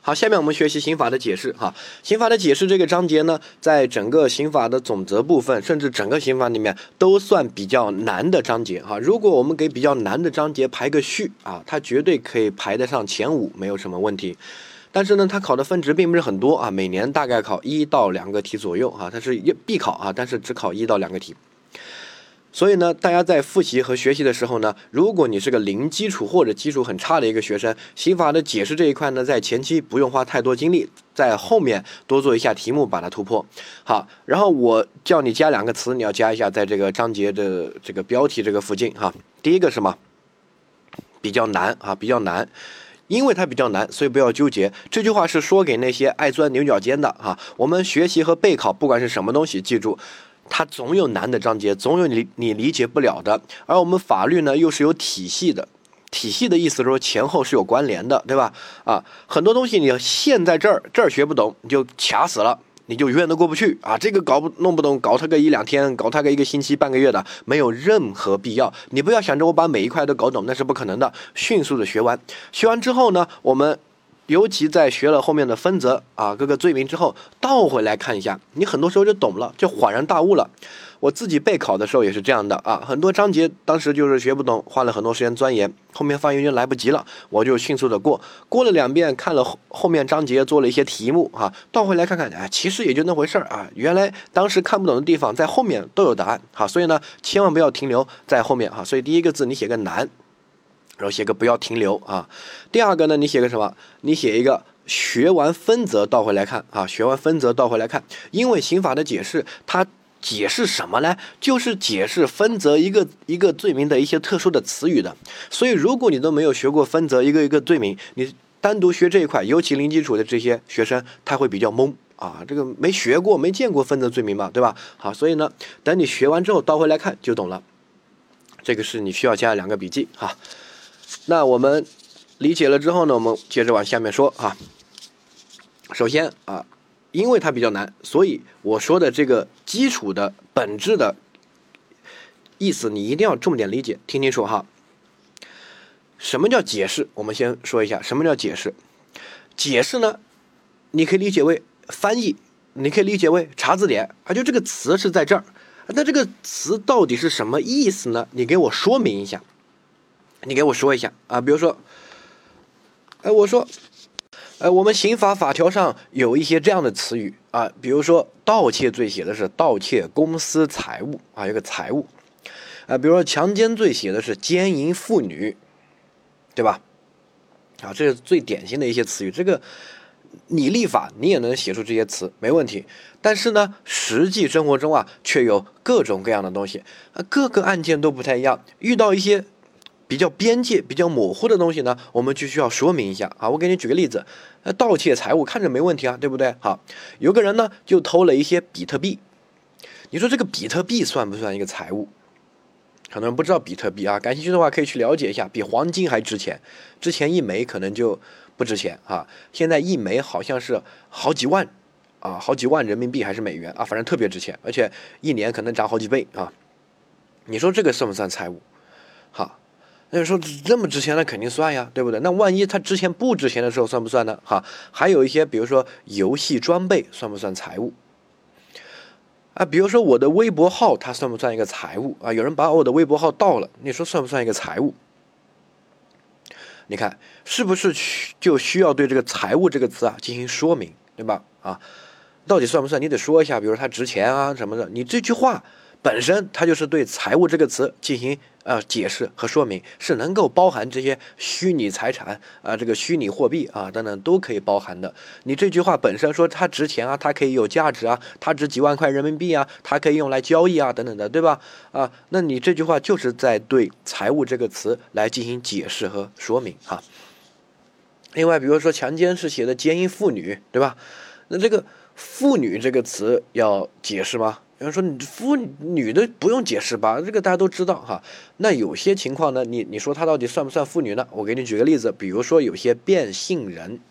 好，下面我们学习刑法的解释哈。刑法的解释这个章节呢，在整个刑法的总则部分，甚至整个刑法里面都算比较难的章节哈。如果我们给比较难的章节排个序啊，它绝对可以排得上前5，没有什么问题。但是呢，它考的分值并不是很多啊，每年大概考1到2个题左右啊，它是必考啊，但是只考1到2个题。所以呢，大家在复习和学习的时候呢，如果你是个零基础或者基础很差的一个学生，刑法的解释这一块呢，在前期不用花太多精力，在后面多做一下题目把它突破。好，然后我叫你加2个词，你要加一下在这个章节的这个标题这个附近哈。第一个什么？比较难啊，比较难。因为它比较难，所以不要纠结。这句话是说给那些爱钻牛角尖的啊。我们学习和备考，不管是什么东西，记住，它总有难的章节，总有你理解不了的。而我们法律呢，又是有体系的。体系的意思是说前后是有关联的，对吧？啊，很多东西你陷在这儿学不懂，你就卡死了。你就永远都过不去啊！这个弄不懂，搞它个1、2天，搞它个1个星期、半个月的，没有任何必要。你不要想着我把每一块都搞懂，那是不可能的。迅速的学完，学完之后呢，我们尤其在学了后面的分则啊，各个罪名之后，倒回来看一下，你很多时候就懂了，就恍然大悟了。我自己备考的时候也是这样的啊，很多章节当时就是学不懂，花了很多时间钻研，后面发现就来不及了，我就迅速的过了2遍，看了后面章节，做了一些题目啊，倒回来看看，其实也就那回事儿啊，原来当时看不懂的地方在后面都有答案。好，所以呢，千万不要停留在后面哈。所以第一个字你写个难，然后写个不要停留啊。第二个呢，你写个什么？你写一个学完分则倒回来看啊，学完分则倒回来看，因为刑法的解释它解释什么呢？就是解释分则一个罪名的一些特殊的词语的。所以如果你都没有学过分则一个罪名，你单独学这一块，尤其零基础的这些学生，他会比较懵啊，这个没学过没见过分则罪名嘛，对吧？好，所以呢，等你学完之后倒回来看就懂了。这个是你需要加2个笔记哈。那我们理解了之后呢，我们接着往下面说啊。首先啊，因为它比较难，所以我说的这个基础的本质的意思，你一定要重点理解，听清楚哈。什么叫解释？我们先说一下什么叫解释。解释呢，你可以理解为翻译，你可以理解为查字典啊，就这个词是在这儿，那这个词到底是什么意思呢？你给我说明一下，你给我说一下啊。比如说，我说。我们刑法法条上有一些这样的词语啊，比如说盗窃罪写的是盗窃公私财物啊，有个财物啊，比如说强奸罪写的是奸淫妇女，对吧？啊，这是最典型的一些词语。这个你立法你也能写出这些词，没问题。但是呢，实际生活中啊，却有各种各样的东西啊，各个案件都不太一样，遇到一些比较边界比较模糊的东西呢，我们就需要说明一下啊。我给你举个例子，盗窃财物看着没问题啊，对不对？好，有个人呢就偷了一些比特币，你说这个比特币算不算一个财物？很多人不知道比特币啊，感兴趣的话可以去了解一下，比黄金还值钱。之前1枚可能就不值钱啊，现在1枚好像是好几万啊，好几万人民币还是美元啊，反正特别值钱，而且1年可能涨好几倍啊。你说这个算不算财物？好。那说这么值钱，那肯定算呀，对不对？那万一它之前不值钱的时候算不算呢？哈，还有一些，比如说游戏装备算不算财物啊？比如说我的微博号，它算不算一个财物啊？有人把我的微博号盗了，你说算不算一个财物？你看是不是就需要对这个财物这个词啊进行说明，对吧？啊，到底算不算？你得说一下，比如它值钱啊什么的。你这句话本身它就是对财物这个词进行解释和说明，是能够包含这些虚拟财产啊，这个虚拟货币啊等等都可以包含的。你这句话本身说它值钱啊，它可以有价值啊，它值几万块人民币啊，它可以用来交易啊等等的，对吧？啊，那你这句话就是在对财物这个词来进行解释和说明啊。另外，比如说强奸是写的奸淫妇女，对吧？那这个妇女这个词要解释吗？有人说你妇女的不用解释吧，这个大家都知道哈。那有些情况呢，你说他到底算不算妇女呢？我给你举个例子，比如说有些变性人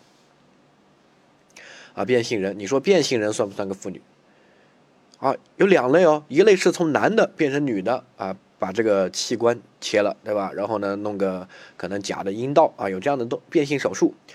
啊，变性人，你说变性人算不算个妇女？啊，有2类哦，一类是从男的变成女的啊，把这个器官切了，对吧？然后呢，弄个可能假的阴道啊，有这样的变性手术。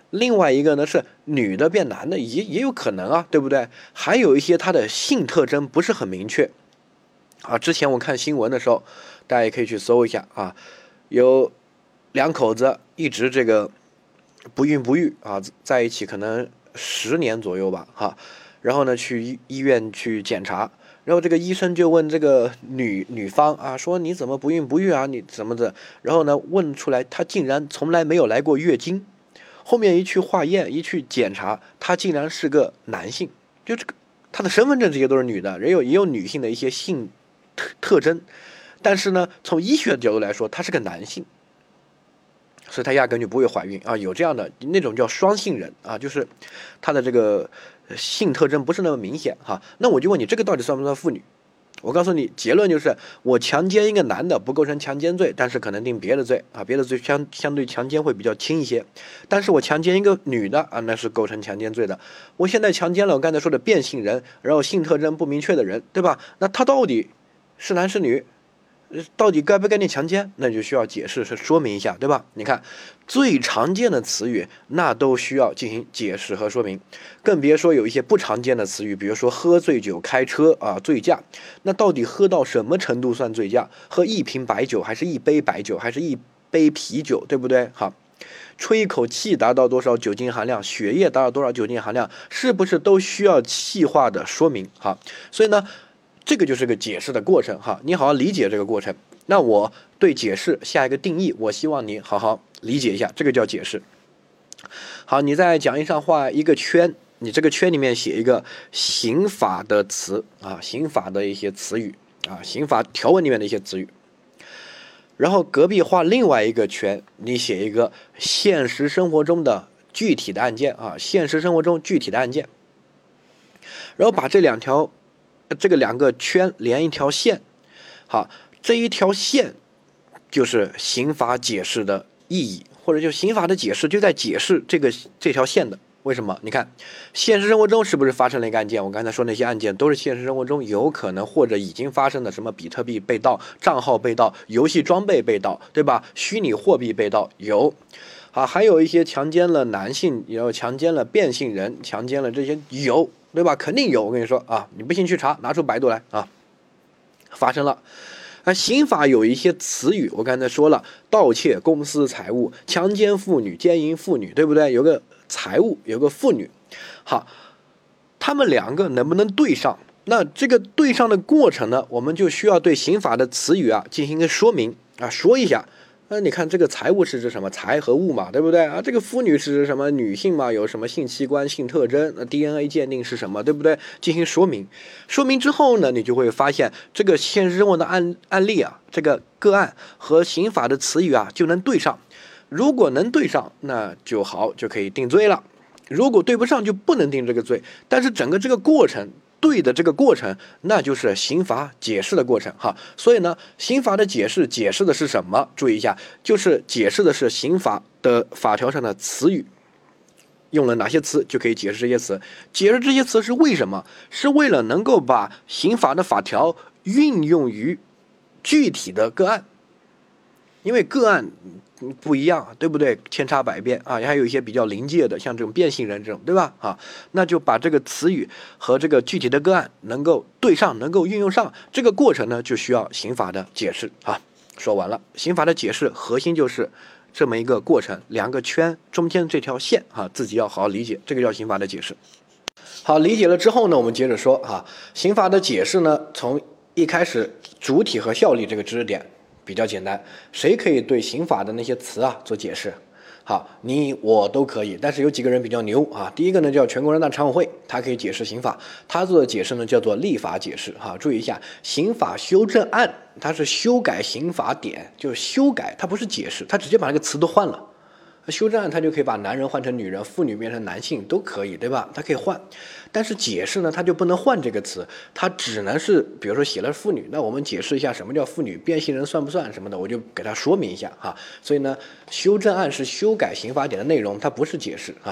另外一个呢是女的变男的，也有可能啊，对不对？还有一些它的性特征不是很明确啊。之前我看新闻的时候，大家也可以去搜一下啊，有两口子一直这个不孕不育啊，在一起可能10年左右吧，哈。然后呢，去医院去检查，然后这个医生就问这个女方啊，说你怎么不孕不育啊？你怎么的？然后呢，问出来她竟然从来没有来过月经。后面一去化验，一去检查，他竟然是个男性，就这个他的身份证这些都是女的，也有女性的一些性特征，但是呢，从医学的角度来说，他是个男性，所以他压根就不会怀孕啊。有这样的那种叫双性人啊，就是他的这个性特征不是那么明显哈。那我就问你，这个到底算不算妇女？我告诉你，结论就是我强奸一个男的不构成强奸罪，但是可能定别的罪啊，别的罪相对强奸会比较轻一些。但是我强奸一个女的啊，那是构成强奸罪的。我现在强奸了我刚才说的变性人，然后性特征不明确的人，对吧？那他到底是男是女？到底该不该定强奸？那就需要解释说明一下，对吧？你看最常见的词语，那都需要进行解释和说明，更别说有一些不常见的词语，比如说喝醉酒开车啊，醉驾。那到底喝到什么程度算醉驾？喝一瓶白酒，还是一杯白酒，还是一杯啤酒，对不对？好，吹一口气达到多少酒精含量，血液达到多少酒精含量，是不是都需要细化的说明？好，所以呢，这个就是个解释的过程哈，你好好理解这个过程。那我对解释下一个定义，我希望你好好理解一下，这个叫解释。好，你在讲义上画一个圈，你这个圈里面写一个刑法的词啊，刑法的一些词语啊，刑法条文里面的一些词语。然后隔壁画另外一个圈，你写一个现实生活中的具体的案件啊，现实生活中具体的案件。然后把这两个圈连一条线，好，这一条线就是刑法解释的意义，或者就刑法的解释就在解释这条线的。为什么？你看现实生活中是不是发生了一个案件？我刚才说那些案件都是现实生活中有可能或者已经发生的，什么比特币被盗、账号被盗、游戏装备被盗，对吧？虚拟货币被盗有。好，还有一些强奸了男性，然后强奸了变性人，强奸了这些有，对吧？肯定有。我跟你说啊，你不信去查，拿出百度来啊，发生了。刑法有一些词语，我刚才说了，盗窃公私财物、强奸妇女、奸淫妇女，对不对？有个财物，有个妇女。好，他们两个能不能对上？那这个对上的过程呢，我们就需要对刑法的词语啊进行一个说明啊，说一下。你看这个财物是指什么？财和物嘛，对不对啊？这个妇女是指什么？女性嘛，有什么性器官、性特征？那 DNA 鉴定是什么？对不对？进行说明。说明之后呢，你就会发现这个现实生活的案例啊，这个个案和刑法的词语啊就能对上。如果能对上，那就好，就可以定罪了。如果对不上，就不能定这个罪。但是整个这个过程。对的这个过程，那就是刑法解释的过程哈。所以呢，刑法的解释的是什么？注意一下，就是解释的是刑法的法条上的词语，用了哪些词就可以解释这些词。解释这些词是为什么？是为了能够把刑法的法条运用于具体的个案，因为个案不一样，对不对？千差百变啊，还有一些比较临界的，像这种变性人这种，对吧？啊，那就把这个词语和这个具体的个案能够对上，能够运用上，这个过程呢，就需要刑法的解释啊。说完了，刑法的解释核心就是这么一个过程，两个圈中间这条线啊，自己要好好理解，这个叫刑法的解释。好，理解了之后呢，我们接着说啊，刑法的解释呢，从一开始主体和效力这个知识点。比较简单，谁可以对刑法的那些词啊做解释？好，你我都可以，但是有几个人比较牛啊。第一个呢叫全国人大常委会，他可以解释刑法，他做的解释呢叫做立法解释。哈，注意一下，刑法修正案它是修改刑法典，就是修改，它不是解释，它直接把那个词都换了。修正案它就可以把男人换成女人，妇女变成男性都可以，对吧？它可以换，但是解释呢，它就不能换这个词，它只能是，比如说写了妇女，那我们解释一下什么叫妇女，变性人算不算什么的，我就给他说明一下哈。所以呢，修正案是修改刑法典的内容，它不是解释啊。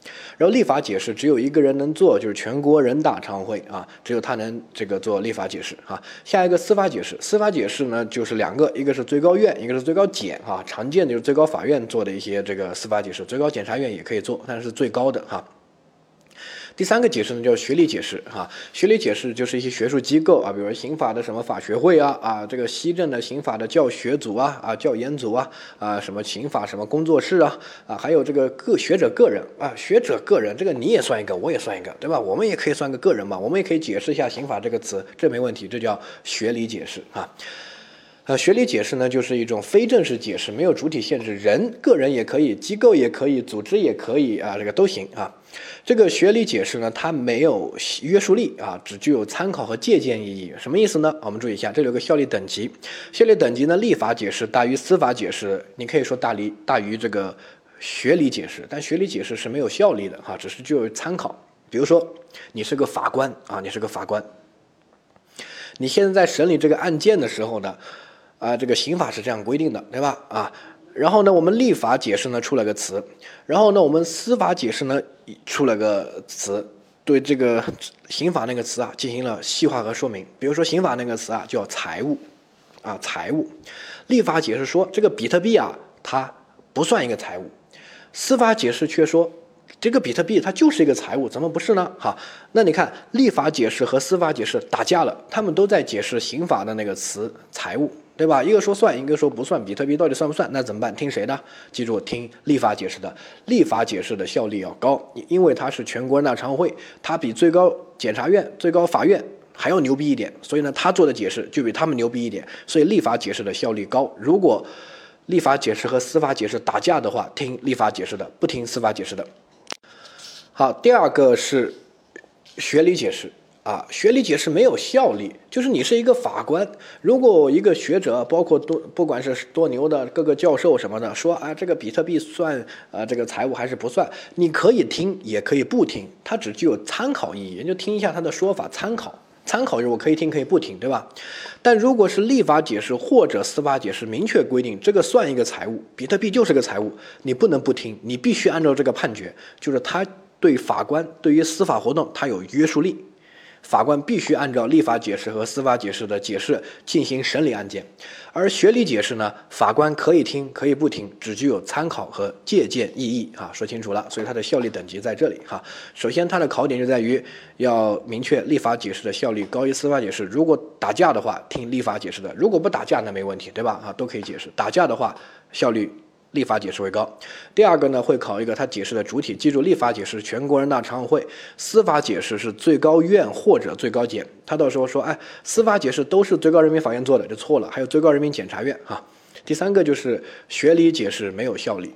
然后立法解释只有一个人能做，就是全国人大常委会啊，只有他能这个做立法解释啊。下一个司法解释，司法解释呢就是两个，一个是最高院，一个是最高检啊。常见的就是最高法院做的一些这个司法解释，最高检察院也可以做，但是最高的哈。第三个解释呢叫学理解释哈，学理解释就是一些学术机构啊，比如说刑法的什么法学会啊，这个西政的刑法的教学组教研组什么刑法什么工作室还有这个学者个人学者个人，这个你也算一个，我也算一个，对吧？我们也可以算个个人嘛，我们也可以解释一下刑法这个词，这没问题，这叫学理解释啊。学理解释呢，就是一种非正式解释，没有主体限制，个人也可以，机构也可以，组织也可以这个都行啊。这个学理解释呢，它没有约束力只具有参考和借鉴意义。什么意思呢？我们注意一下，这里有个效力等级。效力等级呢，立法解释大于司法解释，你可以说大于这个学理解释，但学理解释是没有效力的只是具有参考。比如说，你是个法官你是个法官，你现在在审理这个案件的时候呢，这个刑法是这样规定的，对吧？然后呢，我们立法解释呢出了个词，然后呢，我们司法解释呢出了个词，对这个刑法那个词进行了细化和说明。比如说刑法那个词叫财物财物，立法解释说这个比特币它不算一个财物，司法解释却说这个比特币它就是一个财物，怎么不是呢？那你看立法解释和司法解释打架了，他们都在解释刑法的那个词财物，对吧？一个说算，一个说不算，比特币到底算不算？那怎么办？听谁的？记住，听立法解释的。立法解释的效力要高，因为它是全国人大常委会，它比最高检察院、最高法院还要牛逼一点，所以呢，他做的解释就比他们牛逼一点，所以立法解释的效力高。如果立法解释和司法解释打架的话，听立法解释的，不听司法解释的。好，第二个是学理解释学理解释没有效力，就是你是一个法官，如果一个学者，包括不管是多牛的各个教授什么的，说这个比特币算这个财务还是不算，你可以听也可以不听，它只具有参考意义，就听一下他的说法，参考就是我可以听可以不听，对吧？但如果是立法解释或者司法解释明确规定这个算一个财物，比特币就是个财物，你不能不听，你必须按照这个判决，就是他对法官对于司法活动它有约束力，法官必须按照立法解释和司法解释的解释进行审理案件。而学理解释呢，法官可以听可以不听，只具有参考和借鉴意义说清楚了，所以它的效力等级在这里首先它的考点就在于要明确立法解释的效力高于司法解释，如果打架的话听立法解释的，如果不打架那没问题，对吧？都可以解释，打架的话效率立法解释为高。第二个呢，会考一个他解释的主体，记住立法解释全国人大常委会，司法解释是最高院或者最高检。他到时候说司法解释都是最高人民法院做的，就错了，还有最高人民检察院第三个就是学理解释没有效力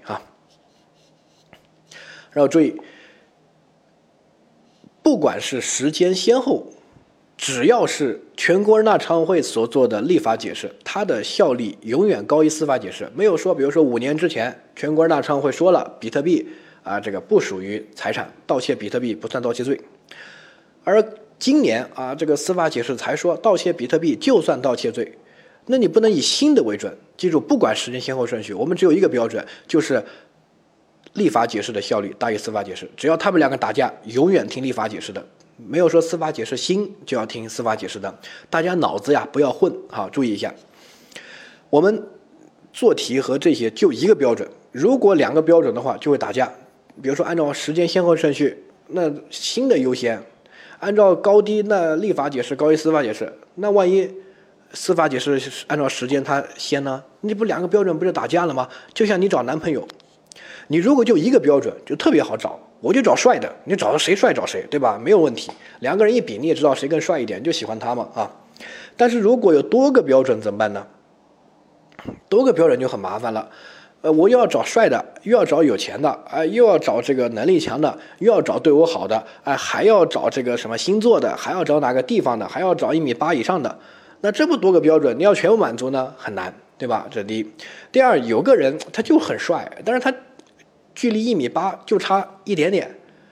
然后注意，不管是时间先后，只要是全国人大常委会所做的立法解释，它的效力永远高于司法解释。没有说比如说5年之前全国人大常委会说了比特币这个不属于财产，盗窃比特币不算盗窃罪，而今年这个司法解释才说盗窃比特币就算盗窃罪，那你不能以新的为准。记住，不管时间先后顺序，我们只有一个标准，就是立法解释的效力大于司法解释，只要他们两个打架，永远听立法解释的，没有说司法解释新就要听司法解释的。大家脑子不要混注意一下，我们做题和这些就一个标准，如果2个标准的话就会打架。比如说按照时间先后顺序，那新的优先，按照高低，那立法解释高于司法解释，那万一司法解释按照时间它先呢，你不2个标准不就打架了吗？就像你找男朋友，你如果就一个标准就特别好找，我就找帅的，你找谁帅找谁，对吧？没有问题，2个人一比你也知道谁更帅一点，就喜欢他嘛但是如果有多个标准怎么办呢？多个标准就很麻烦了，我又要找帅的，又要找有钱的又要找这个能力强的，又要找对我好的还要找这个什么星座的，还要找哪个地方的，还要找1.8米以上的，那这么多个标准你要全部满足呢，很难，对吧？这第一。第二，有个人他就很帅，但是他距离1.8米就差一点点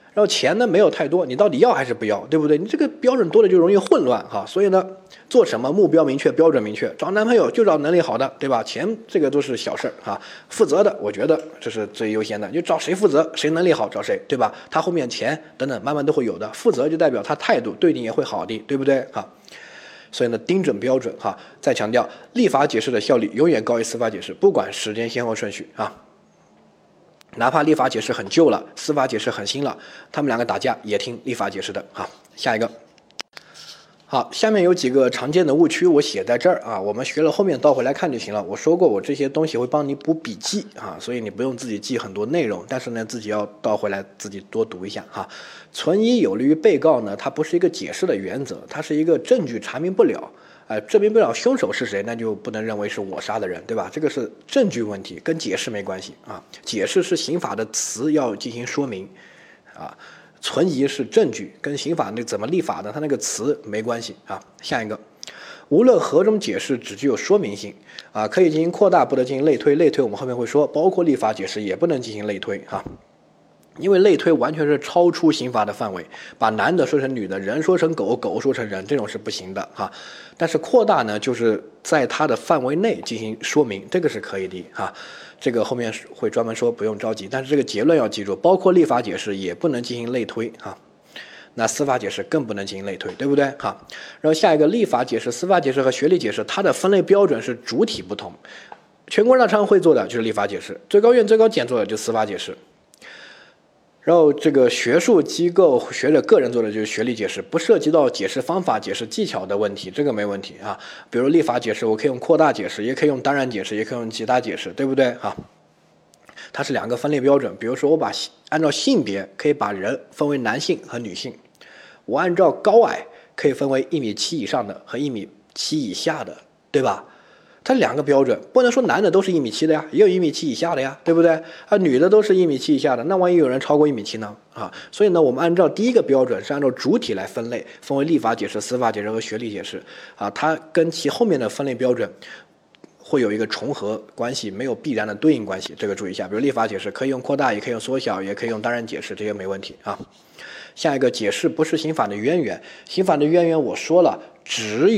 然后钱呢没有太多，你到底要还是不要，对不对？你这个标准多了就容易混乱哈。所以呢，做什么目标明确，标准明确，找男朋友就找能力好的，对吧？钱这个都是小事儿哈，负责的我觉得这是最优先的，就找谁负责，谁能力好找谁，对吧？他后面钱等等慢慢都会有的，负责就代表他态度对你也会好的，对不对哈？所以呢，盯准标准哈。再强调，立法解释的效率永远高于司法解释，不管时间先后顺序啊。哪怕立法解释很旧了，司法解释很新了，他们两个打架也听立法解释的啊。下一个，好，下面有几个常见的误区，我写在这儿啊，我们学了后面倒回来看就行了。我说过，我这些东西会帮你补笔记啊，所以你不用自己记很多内容，但是呢，自己要倒回来自己多读一下哈。存疑有利于被告呢，它不是一个解释的原则，它是一个证据查明不了。证明不了凶手是谁，那就不能认为是我杀的人，对吧？这个是证据问题，跟解释没关系啊。解释是刑法的词要进行说明，啊，存疑是证据，跟刑法那怎么立法的，它那个词没关系啊。下一个，无论何种解释只具有说明性啊，可以进行扩大，不得进行类推。类推我们后面会说，包括立法解释也不能进行类推啊。因为类推完全是超出刑法的范围，把男的说成女的，人说成狗，狗说成人，这种是不行的哈。但是扩大呢，就是在它的范围内进行说明，这个是可以的哈。这个后面会专门说，不用着急。但是这个结论要记住，包括立法解释也不能进行类推哈。那司法解释更不能进行类推，对不对哈？然后下一个，立法解释、司法解释和学历解释，它的分类标准是主体不同。全国人大常委会做的就是立法解释，最高院、最高检做的就是司法解释。然后这个学术机构学者个人做的就是学历解释，不涉及到解释方法、解释技巧的问题，这个没问题啊。比如立法解释，我可以用扩大解释，也可以用当然解释，也可以用其他解释，对不对啊？它是两个分类标准。比如说，我按照性别可以把人分为男性和女性，我按照高矮可以分为1.7米以上的和1.7米以下的，对吧？它两个标准，不能说男的都是1.7米的呀，也有1.7米以下的呀，对不对啊？女的都是1.7米以下的，那万一有人超过1.7米呢？啊，所以呢，我们按照第一个标准是按照主体来分类，分为立法解释、司法解释和学历解释啊，它跟其后面的分类标准会有一个重合关系，没有必然的对应关系，这个注意一下。比如立法解释可以用扩大，也可以用缩小，也可以用当然解释，这些没问题啊。下一个，解释不是刑法的渊源，刑法的渊源我说了，只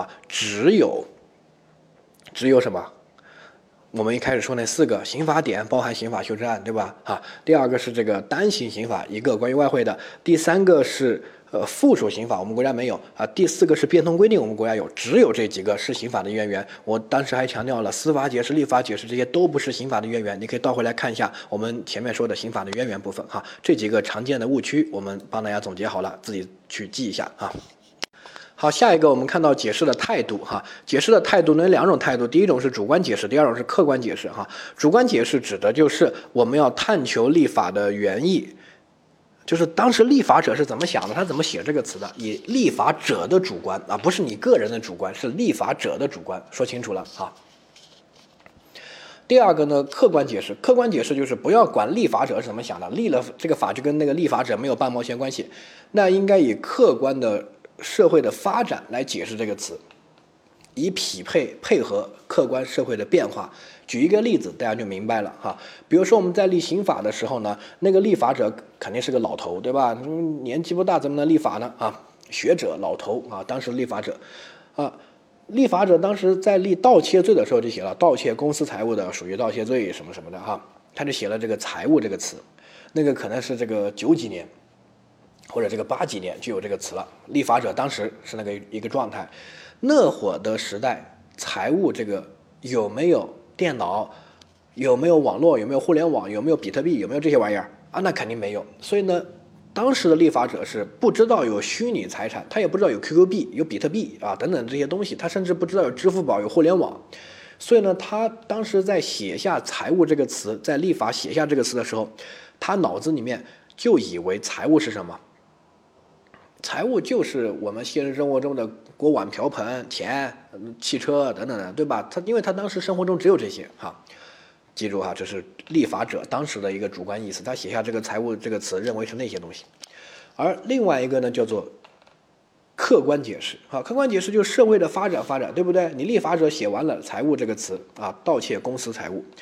有什么？我们一开始说那4个刑法典包含刑法修正案，对吧？第二个是这个单行刑法一个关于外汇的，第3个是附属刑法，我们国家没有啊，第4个是变通规定，我们国家有，只有这几个是刑法的渊源。我当时还强调了，司法解释、立法解释这些都不是刑法的渊源，你可以倒回来看一下我们前面说的刑法的渊源部分哈。这几个常见的误区，我们帮大家总结好了，自己去记一下啊。好，下一个我们看到解释的态度哈，解释的态度呢有2种态度，第一种是主观解释，第2种是客观解释哈。主观解释指的就是我们要探求立法的原意，就是当时立法者是怎么想的，他怎么写这个词的，以立法者的主观啊，不是你个人的主观，是立法者的主观，说清楚了哈。第2个呢，客观解释，客观解释就是不要管立法者是怎么想的，立了这个法就跟那个立法者没有半毛钱关系，那应该以客观的社会的发展来解释这个词，以配合客观社会的变化。举一个例子，大家就明白了哈。比如说我们在立刑法的时候呢，那个立法者肯定是个老头，对吧？年纪不大怎么能立法呢？啊，学者老头啊，当时立法者啊，立法者当时在立盗窃罪的时候就写了盗窃公私财物的属于盗窃罪什么什么的哈，他就写了这个财物这个词，那个可能是这个90几年。或者这个80几年就有这个词了，立法者当时是那个一个状态。那会儿的时代，财务这个有没有电脑，有没有网络，有没有互联网，有没有比特币，有没有这些玩意儿啊？那肯定没有。所以呢，当时的立法者是不知道有虚拟财产，他也不知道有 QQ 币、有比特币啊等等这些东西，他甚至不知道有支付宝、有互联网。所以呢，他当时在写下财务这个词，在立法写下这个词的时候，他脑子里面就以为财务是什么？财务就是我们现实生活中的锅碗瓢盆、钱、汽车等等的，对吧？因为他当时生活中只有这些哈，记住哈，这是立法者当时的一个主观意思，他写下这个财务这个词，认为是那些东西。而另外一个呢，叫做客观解释啊，客观解释就是社会的发展，对不对？你立法者写完了财务这个词啊，盗窃公私财物。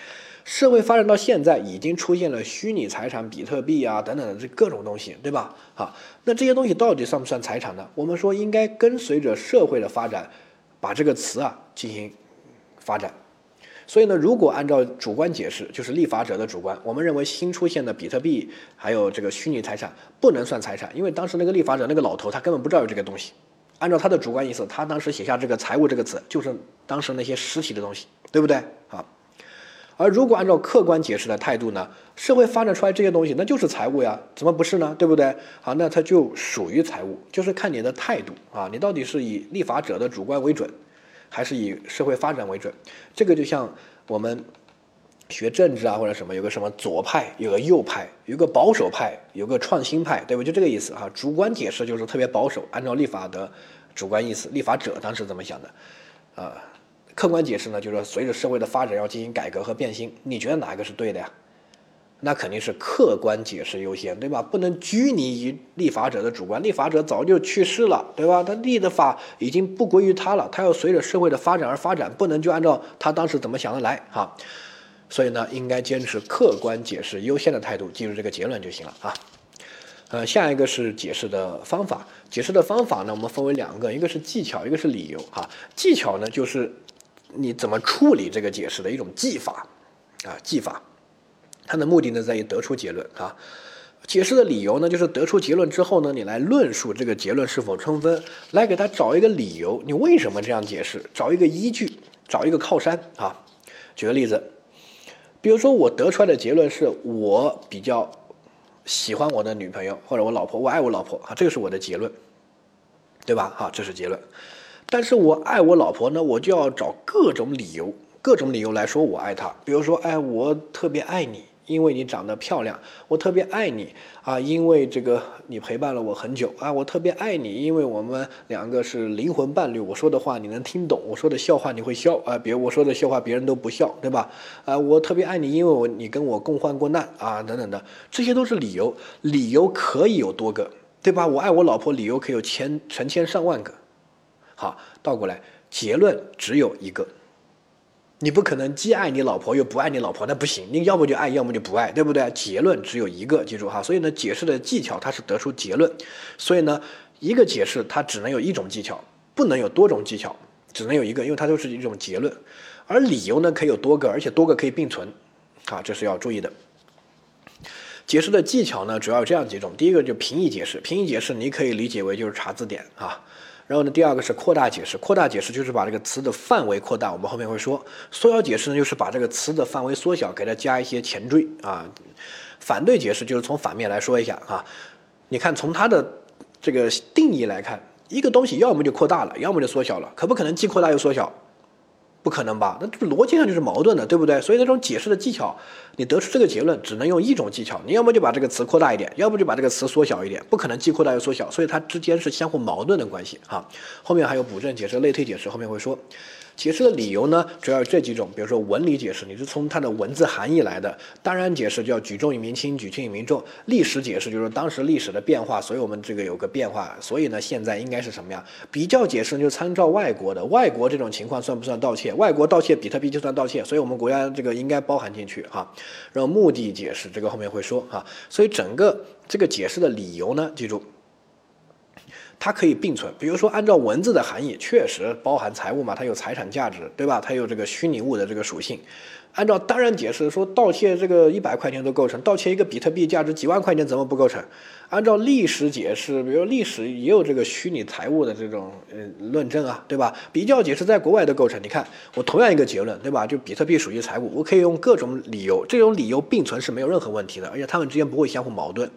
社会发展到现在，已经出现了虚拟财产、比特币啊等等的这各种东西，对吧？那这些东西到底算不算财产呢？我们说应该跟随着社会的发展，把这个词进行发展。所以呢，如果按照主观解释，就是立法者的主观，我们认为新出现的比特币还有这个虚拟财产不能算财产，因为当时那个立法者那个老头他根本不知道有这个东西。按照他的主观意思，他当时写下这个财物这个词，就是当时那些实体的东西，对不对？而如果按照客观解释的态度呢，社会发展出来这些东西那就是财物呀，怎么不是呢？对不对？那它就属于财物，就是看你的态度你到底是以立法者的主观为准，还是以社会发展为准？这个就像我们学政治或者什么，有个什么左派，有个右派，有个保守派，有个创新派，对不对？就这个意思主观解释就是特别保守，按照立法的主观意思，立法者当时怎么想的客观解释呢，就是说随着社会的发展要进行改革和变新，你觉得哪个是对的呀？那肯定是客观解释优先，对吧？不能拘泥于立法者的主观，立法者早就去世了，对吧？他立的法已经不归于他了，他要随着社会的发展而发展，不能就按照他当时怎么想的来所以呢，应该坚持客观解释优先的态度，记住这个结论就行了下一个是解释的方法，解释的方法呢，我们分为两个，一个是技巧，一个是理由技巧呢，就是你怎么处理这个解释的一种技法技法，它的目的呢在于得出结论解释的理由呢，就是得出结论之后呢，你来论述这个结论是否充分，来给他找一个理由，你为什么这样解释，找一个依据，找一个靠山举个例子，比如说我得出来的结论是我比较喜欢我的女朋友或者我老婆，我爱我老婆这个是我的结论，对吧这是结论。但是我爱我老婆呢，我就要找各种理由来说我爱她。比如说我特别爱你，因为你长得漂亮；我特别爱你因为这个你陪伴了我很久我特别爱你，因为我们两个是灵魂伴侣，我说的话你能听懂，我说的笑话你会笑比如我说的笑话别人都不笑，对吧我特别爱你，因为你跟我共患过难等等的，这些都是理由，理由可以有多个，对吧？我爱我老婆理由可以有成千上万个。倒过来，结论只有一个，你不可能既爱你老婆又不爱你老婆，那不行，你要么就爱，要么就不爱，对不对？结论只有一个，记住所以呢，解释的技巧它是得出结论，所以呢，一个解释它只能有一种技巧，不能有多种技巧，只能有一个，因为它都是一种结论，而理由呢可以有多个，而且多个可以并存这是要注意的。解释的技巧呢，主要有这样几种，第一个就平易解释，平易解释你可以理解为就是查字典然后呢，第二个是扩大解释，扩大解释就是把这个词的范围扩大，我们后面会说。缩小解释呢，就是把这个词的范围缩小，给它加一些前缀反对解释就是从反面来说一下你看从它的这个定义来看，一个东西要么就扩大了，要么就缩小了，可不可能既扩大又缩小？不可能吧？那这个逻辑上就是矛盾的，对不对？所以那种解释的技巧，你得出这个结论只能用一种技巧，你要么就把这个词扩大一点，要不就把这个词缩小一点，不可能既扩大又缩小，所以它之间是相互矛盾的关系后面还有补正解释、类推解释，后面会说。解释的理由呢，主要有这几种，比如说文理解释，你是从它的文字含义来的；当然解释叫举重以明轻，举轻以明重；历史解释就是当时历史的变化，所以我们这个有个变化，所以呢现在应该是什么样？比较解释就是参照外国的，外国这种情况算不算盗窃？外国盗窃比特币就算盗窃，所以我们国家这个应该包含进去然后目的解释这个后面会说所以整个这个解释的理由呢，记住。它可以并存，比如说按照文字的含义，确实包含财物嘛，它有财产价值，对吧？它有这个虚拟物的这个属性。按照当然解释说，盗窃这个100块钱都构成，盗窃一个比特币价值几万块钱怎么不构成？按照历史解释，比如历史也有这个虚拟财物的这种论证对吧？比较解释在国外都构成。你看我同样一个结论，对吧？就比特币属于财物，我可以用各种理由，这种理由并存是没有任何问题的，而且它们之间不会相互矛盾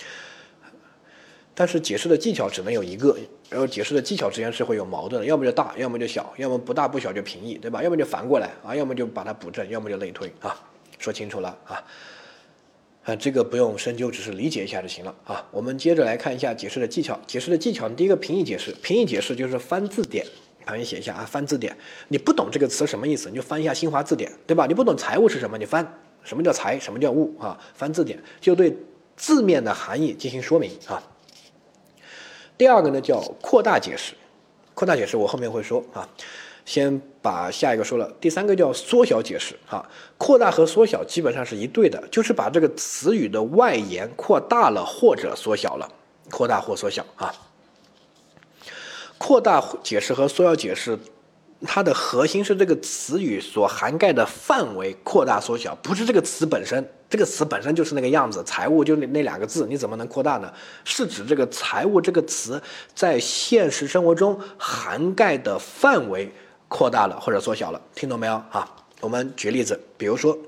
但是解释的技巧只能有一个，然后解释的技巧之间是会有矛盾的，要么就大，要么就小，要么不大不小就平易，对吧？要么就反过来要么就把它补正，要么就类推说清楚了这个不用深究，只是理解一下就行了我们接着来看一下解释的技巧。解释的技巧，第一个平易解释，平易解释就是翻字典，旁边写一下翻字典。你不懂这个词什么意思，你就翻一下新华字典，对吧？你不懂财务是什么，你翻什么叫财，什么叫物翻字典就对字面的含义进行说明第二个呢叫扩大解释，扩大解释我后面会说先把下一个说了。第3个叫缩小解释啊，扩大和缩小基本上是一对的，就是把这个词语的外延扩大了或者缩小了，扩大或缩小啊。扩大解释和缩小解释，它的核心是这个词语所涵盖的范围扩大缩小，不是这个词本身。这个词本身就是那个样子，财务就那2个字，你怎么能扩大呢？是指这个财务这个词在现实生活中涵盖的范围扩大了或者缩小了，听懂没有啊？我们举例子，比如说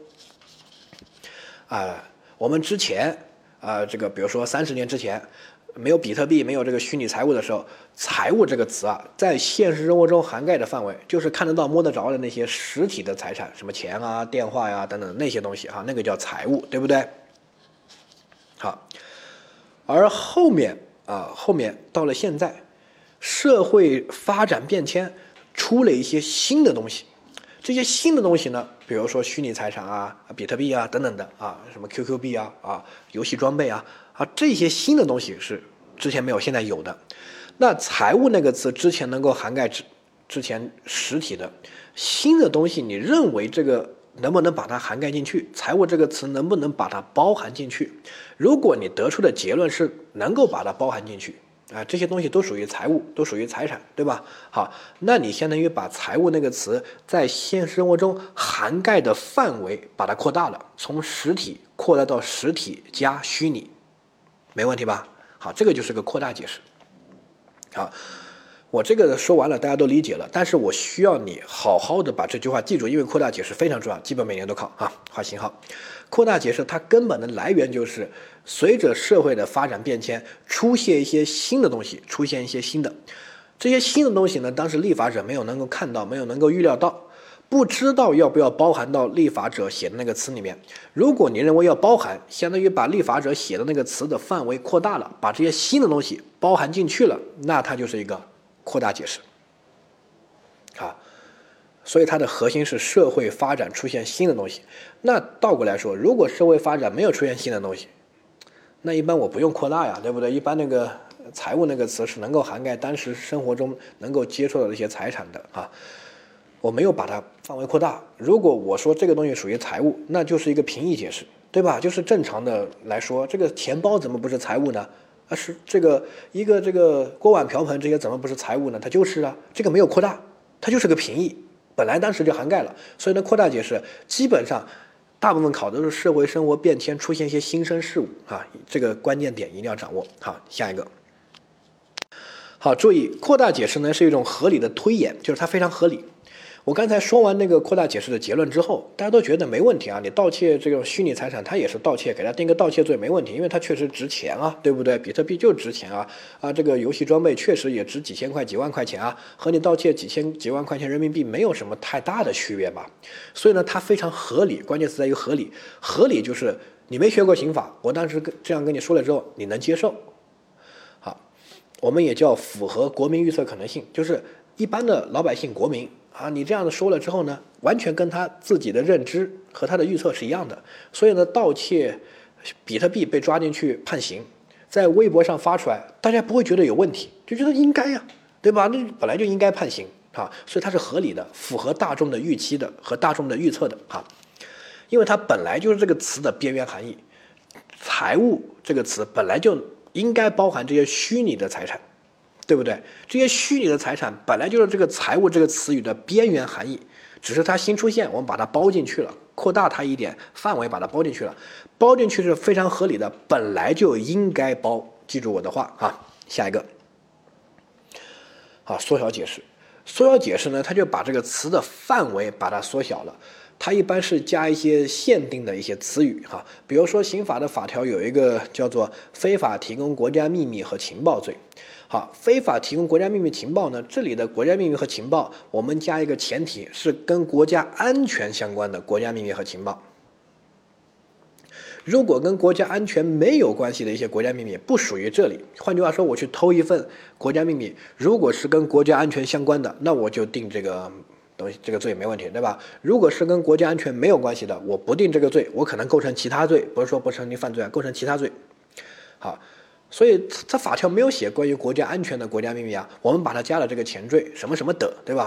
我们之前这个比如说30年之前，没有比特币，没有这个虚拟财务的时候，财务这个词在现实生活中涵盖的范围就是看得到摸得着的那些实体的财产，什么钱啊、电话呀等等那些东西那个叫财务，对不对？好，而后面到了现在，社会发展变迁，出了一些新的东西。这些新的东西呢，比如说虚拟财产比特币等等的什么 QQ 币游戏装备这些新的东西是之前没有现在有的。那财务那个词之前能够涵盖之前实体的，新的东西你认为这个能不能把它涵盖进去？财务这个词能不能把它包含进去？如果你得出的结论是能够把它包含进去这些东西都属于财务，都属于财产，对吧？好，那你相当于把财务那个词在现实生活中涵盖的范围把它扩大了，从实体扩大到实体加虚拟，没问题吧？好，这个就是个扩大解释。好，我这个说完了，大家都理解了，但是我需要你好好的把这句话记住，因为扩大解释非常重要，基本每年都考画星号。扩大解释它根本的来源就是随着社会的发展变迁，出现一些新的东西，出现一些新的这些新的东西呢，当时立法者没有能够看到，没有能够预料到，不知道要不要包含到立法者写的那个词里面。如果你认为要包含，相当于把立法者写的那个词的范围扩大了，把这些新的东西包含进去了，那它就是一个扩大解释所以它的核心是社会发展出现新的东西。那倒过来说，如果社会发展没有出现新的东西，那一般我不用扩大呀，对不对？一般那个财务那个词是能够涵盖当时生活中能够接触到的一些财产的我没有把它范围扩大。如果我说这个东西属于财务，那就是一个平义解释，对吧？就是正常的来说，这个钱包怎么不是财务呢？是这个这个锅碗瓢盆这些怎么不是财务呢？它就是这个没有扩大，它就是个平义，本来当时就涵盖了。所以呢，扩大解释基本上大部分考的都是社会生活变迁出现一些新生事物这个关键点一定要掌握。好，下一个。好，注意扩大解释呢是一种合理的推演，就是它非常合理。我刚才说完那个扩大解释的结论之后，大家都觉得没问题你盗窃这种虚拟财产，它也是盗窃，给它定个盗窃罪没问题，因为它确实值钱对不对？比特币就值钱这个游戏装备确实也值几千块、几万块钱和你盗窃几千、几万块钱人民币没有什么太大的区别吧？所以呢，它非常合理，关键词在于合理。合理就是你没学过刑法，我当时这样跟你说了之后，你能接受。好，我们也叫符合国民预测可能性，就是一般的老百姓、国民你这样子说了之后呢，完全跟他自己的认知和他的预测是一样的。所以呢，盗窃比特币被抓进去判刑，在微博上发出来，大家不会觉得有问题，就觉得应该对吧？那本来就应该判刑所以它是合理的，符合大众的预期的和大众的预测的因为它本来就是这个词的边缘含义，财务这个词本来就应该包含这些虚拟的财产。对不对？这些虚拟的财产本来就是这个财务这个词语的边缘含义，只是它新出现，我们把它包进去了，扩大它一点范围，把它包进去了。包进去是非常合理的，本来就应该包。记住我的话下一个缩小解释。缩小解释呢，它就把这个词的范围把它缩小了。它一般是加一些限定的一些词语比如说刑法的法条有一个叫做非法提供国家秘密和情报罪。好，非法提供国家秘密情报呢，这里的国家秘密和情报，我们加一个前提是跟国家安全相关的国家秘密和情报。如果跟国家安全没有关系的一些国家秘密不属于这里，换句话说，我去偷一份国家秘密，如果是跟国家安全相关的，那我就定这个东西，这个罪没问题，对吧？如果是跟国家安全没有关系的，我不定这个罪，我可能构成其他罪，不是说不成立犯罪构成其他罪。好，所以它法条没有写关于国家安全的国家秘密我们把它加了这个前缀什么什么的，对吧？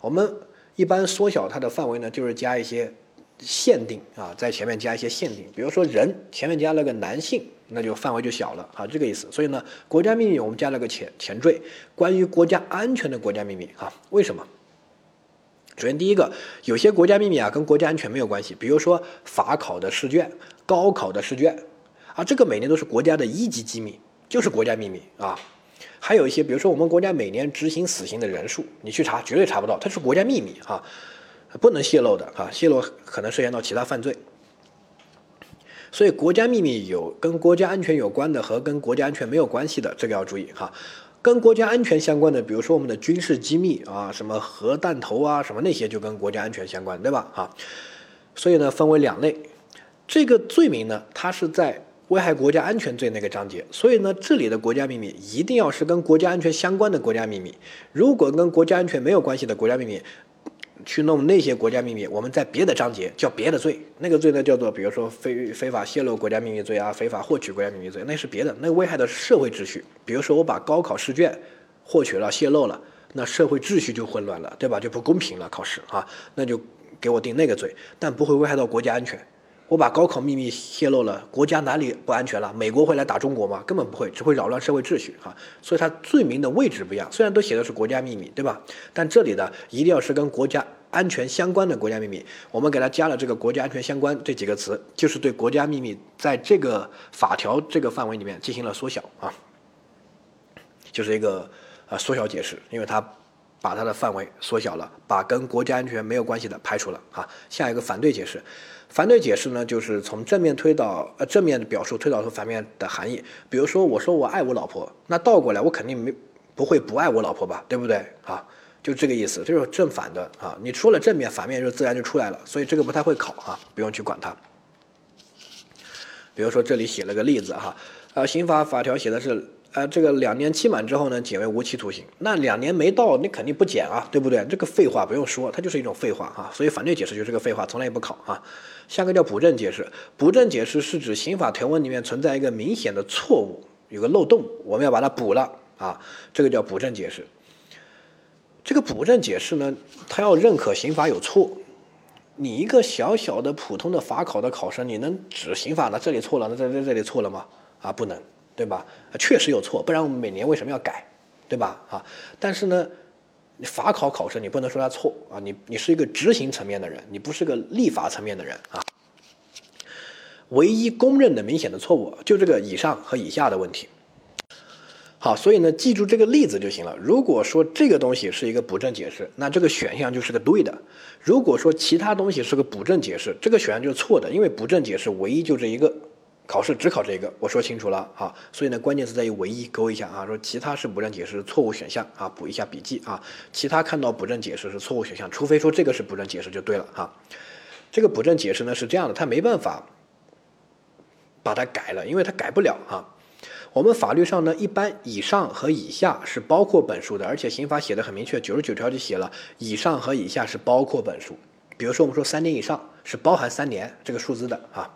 我们一般缩小它的范围呢，就是加一些限定啊，在前面加一些限定，比如说人前面加了个男性，那就范围就小了啊，这个意思。所以呢，国家秘密我们加了个前缀，关于国家安全的国家秘密啊，为什么？首先第一个，有些国家秘密啊跟国家安全没有关系，比如说法考的试卷、高考的试卷啊，这个每年都是国家的一级机密，就是国家秘密啊。还有一些，比如说我们国家每年执行死刑的人数，你去查绝对查不到，它是国家秘密啊，不能泄露的啊，泄露可能涉嫌到其他犯罪。所以国家秘密有跟国家安全有关的和跟国家安全没有关系的，这个要注意哈。跟国家安全相关的，比如说我们的军事机密啊，什么核弹头啊，什么那些就跟国家安全相关，对吧？啊，所以呢分为2类。这个罪名呢，它是在危害国家安全罪那个章节，所以呢这里的国家秘密一定要是跟国家安全相关的国家秘密。如果跟国家安全没有关系的国家秘密，去弄那些国家秘密，我们在别的章节叫别的罪，那个罪呢叫做比如说非法泄露国家秘密罪啊，非法获取国家秘密罪，那是别的，那危害的是社会秩序。比如说我把高考试卷获取了泄露了，那社会秩序就混乱了，对吧？就不公平了考试啊，那就给我定那个罪，但不会危害到国家安全。我把高考秘密泄露了，国家哪里不安全了？美国会来打中国吗？根本不会，只会扰乱社会秩序啊！所以它罪名的位置不一样，虽然都写的是国家秘密，对吧？但这里的一定要是跟国家安全相关的国家秘密，我们给它加了这个国家安全相关这几个词，就是对国家秘密在这个法条这个范围里面进行了缩小啊，就是一个缩小解释，因为它把它的范围缩小了，把跟国家安全没有关系的排除了啊。下一个反对解释，反对解释呢，就是从正面推导正面的表述推导出反面的含义。比如说，我说我爱我老婆，那倒过来我肯定不会不爱我老婆吧，对不对啊？就这个意思，这就是正反的啊。你说了正面，反面就自然就出来了，所以这个不太会考啊，不用去管它。比如说这里写了个例子哈，刑法法条写的是。这个2年期满之后呢，减为无期徒刑。那2年没到，你肯定不减啊，对不对？这个废话不用说，它就是一种废话啊。所以反对解释就是个废话，从来也不考啊。下个叫补正解释，补正解释是指刑法条文里面存在一个明显的错误，有个漏洞，我们要把它补了啊，这个叫补正解释。这个补正解释呢，它要认可刑法有错。你一个小小的普通的法考的考生，你能指刑法呢？这里错了，那这里错了吗？啊，不能。对吧？确实有错，不然我们每年为什么要改，对吧？啊，但是呢，法考考生你不能说他错啊，你是一个执行层面的人，你不是个立法层面的人啊。唯一公认的明显的错误，就这个以上和以下的问题。好，所以呢，记住这个例子就行了。如果说这个东西是一个补正解释，那这个选项就是个对的；如果说其他东西是个补正解释，这个选项就是错的，因为补正解释唯一就这一个。考试只考这个，我说清楚了啊，所以呢，关键词在于唯一，勾一下啊，说其他是补正解释错误选项啊，补一下笔记啊，其他看到补正解释是错误选项，除非说这个是补正解释就对了啊。这个补正解释呢是这样的，它没办法把它改了，因为它改不了啊。我们法律上呢，一般以上和以下是包括本数的，而且刑法写的很明确，99条就写了以上和以下是包括本数。比如说我们说3年以上是包含3年这个数字的啊。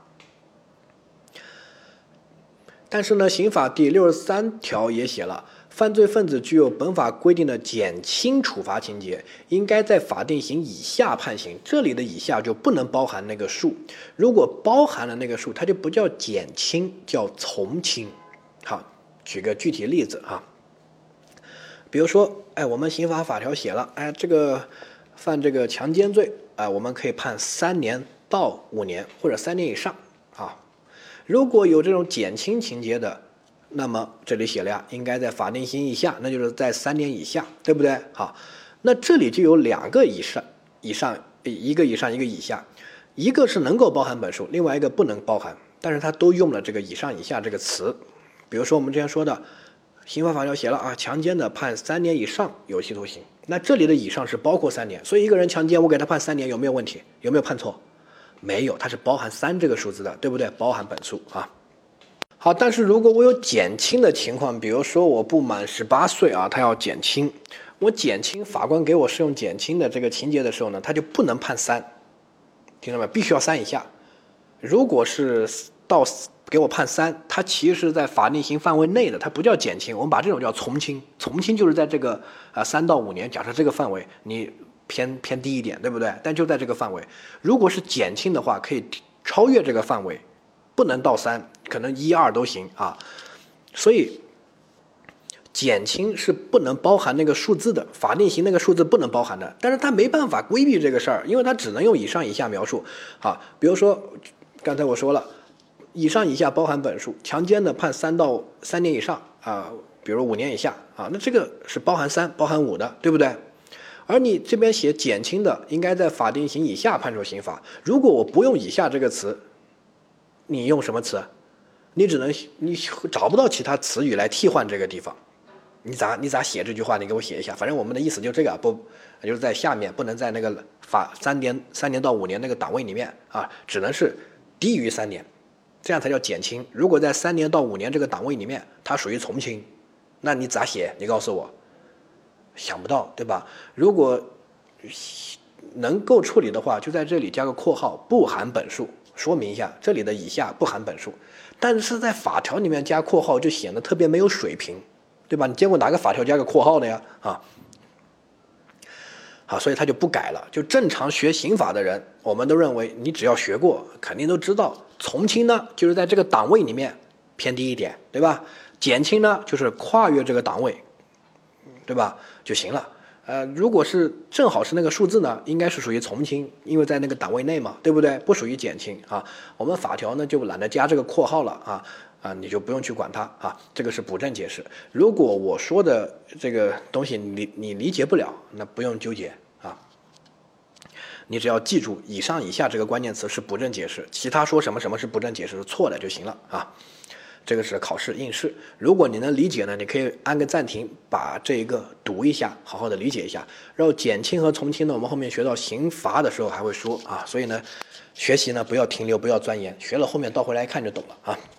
但是呢，刑法第63条也写了，犯罪分子具有本法规定的减轻处罚情节，应该在法定刑以下判刑。这里的以下就不能包含那个数，如果包含了那个数，它就不叫减轻，叫从轻。好，举个具体例子啊，比如说，我们刑法法条写了，这个犯这个强奸罪，我们可以判3年到5年，或者3年以上啊。如果有这种减轻情节的，那么这里写了呀，应该在法定刑以下，那就是在3年以下，对不对？好，那这里就有2个以上，一个以上，一个以下，一个是能够包含本数，另外一个不能包含，但是它都用了这个以上以下这个词。比如说我们之前说的，刑法法条写了啊，强奸的判3年以上有期徒刑，那这里的以上是包括3年，所以一个人强奸，我给他判3年，有没有问题？有没有判错？没有，它是包含3这个数字的，对不对？包含本数啊。好，但是如果我有减轻的情况，比如说我不满18岁啊，他要减轻，我减轻，法官给我适用减轻的这个情节的时候呢，他就不能判3，听到没？必须要3以下。如果是到给我判3，它其实是在法定刑范围内的，它不叫减轻，我们把这种叫从轻。从轻就是在这个3到5年，假设这个范围你偏低一点，对不对？但就在这个范围。如果是减轻的话，可以超越这个范围，不能到3，可能1、2都行啊。所以减轻是不能包含那个数字的，法定型那个数字不能包含的。但是它没办法规避这个事儿，因为它只能用以上以下描述啊。比如说刚才我说了，以上以下包含本数，强奸的判3年以上啊，比如5年以下啊，那这个是包含3、包含5的，对不对？而你这边写减轻的，应该在法定刑以下判处刑罚。如果我不用以下这个词，你用什么词？你找不到其他词语来替换这个地方。你咋写这句话？你给我写一下。反正我们的意思就这个，就是在下面，不能在那个3年到5年那个档位里面啊，只能是低于3年，这样才叫减轻。如果在3年到5年这个档位里面，它属于从轻，那你咋写？你告诉我。想不到，对吧？如果能够处理的话，就在这里加个括号，不含本数，说明一下这里的以下不含本数。但是在法条里面加括号就显得特别没有水平，对吧？你见过哪个法条加个括号的呀？好，所以他就不改了。就正常学刑法的人，我们都认为你只要学过，肯定都知道，从轻呢就是在这个档位里面偏低一点，对吧？减轻呢就是跨越这个档位，对吧？就行了。如果是正好是那个数字呢，应该是属于从轻，因为在那个档位内嘛，对不对？不属于减轻啊。我们法条呢就懒得加这个括号了你就不用去管它啊。这个是补正解释。如果我说的这个东西你理解不了，那不用纠结啊。你只要记住以上以下这个关键词是补正解释，其他说什么什么是补正解释是错的就行了啊。这个是考试应试，如果你能理解呢，你可以按个暂停，把这一个读一下，好好的理解一下。然后减轻和从轻呢，我们后面学到刑罚的时候还会说啊，所以呢，学习呢不要停留，不要钻研，学了后面倒回来看就懂了啊。